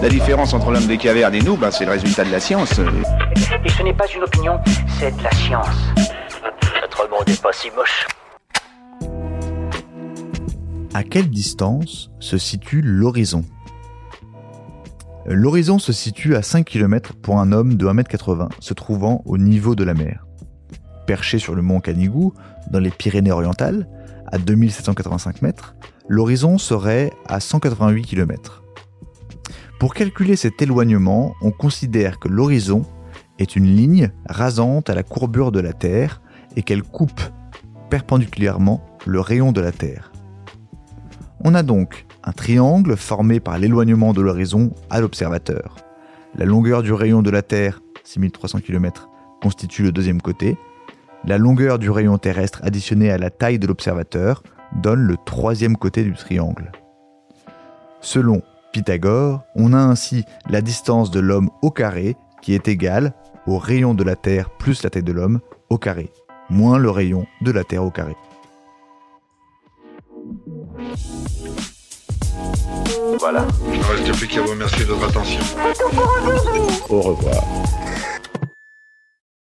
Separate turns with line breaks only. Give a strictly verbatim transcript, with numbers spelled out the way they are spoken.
La différence entre l'homme des cavernes et nous, ben, c'est le résultat de la science.
Et ce n'est pas une opinion, c'est de la science. Notre monde n'est pas si moche.
À quelle distance se situe l'horizon ? L'horizon se situe à cinq kilomètres pour un homme de un mètre quatre-vingts se trouvant au niveau de la mer. Perché sur le mont Canigou, dans les Pyrénées-Orientales, à deux mille sept cent quatre-vingt-cinq mètres, l'horizon serait à cent quatre-vingt-huit kilomètres. Pour calculer cet éloignement, on considère que l'horizon est une ligne rasante à la courbure de la Terre et qu'elle coupe perpendiculairement le rayon de la Terre. On a donc un triangle formé par l'éloignement de l'horizon à l'observateur. La longueur du rayon de la Terre, six mille trois cents kilomètres, constitue le deuxième côté. La longueur du rayon terrestre additionnée à la taille de l'observateur donne le troisième côté du triangle. Selon Pythagore, on a ainsi la distance de l'homme au carré qui est égale au rayon de la Terre plus la taille de l'homme au carré, moins le rayon de la Terre au carré.
Voilà. Il ne reste plus qu'à vous remercier de votre attention.
Au revoir.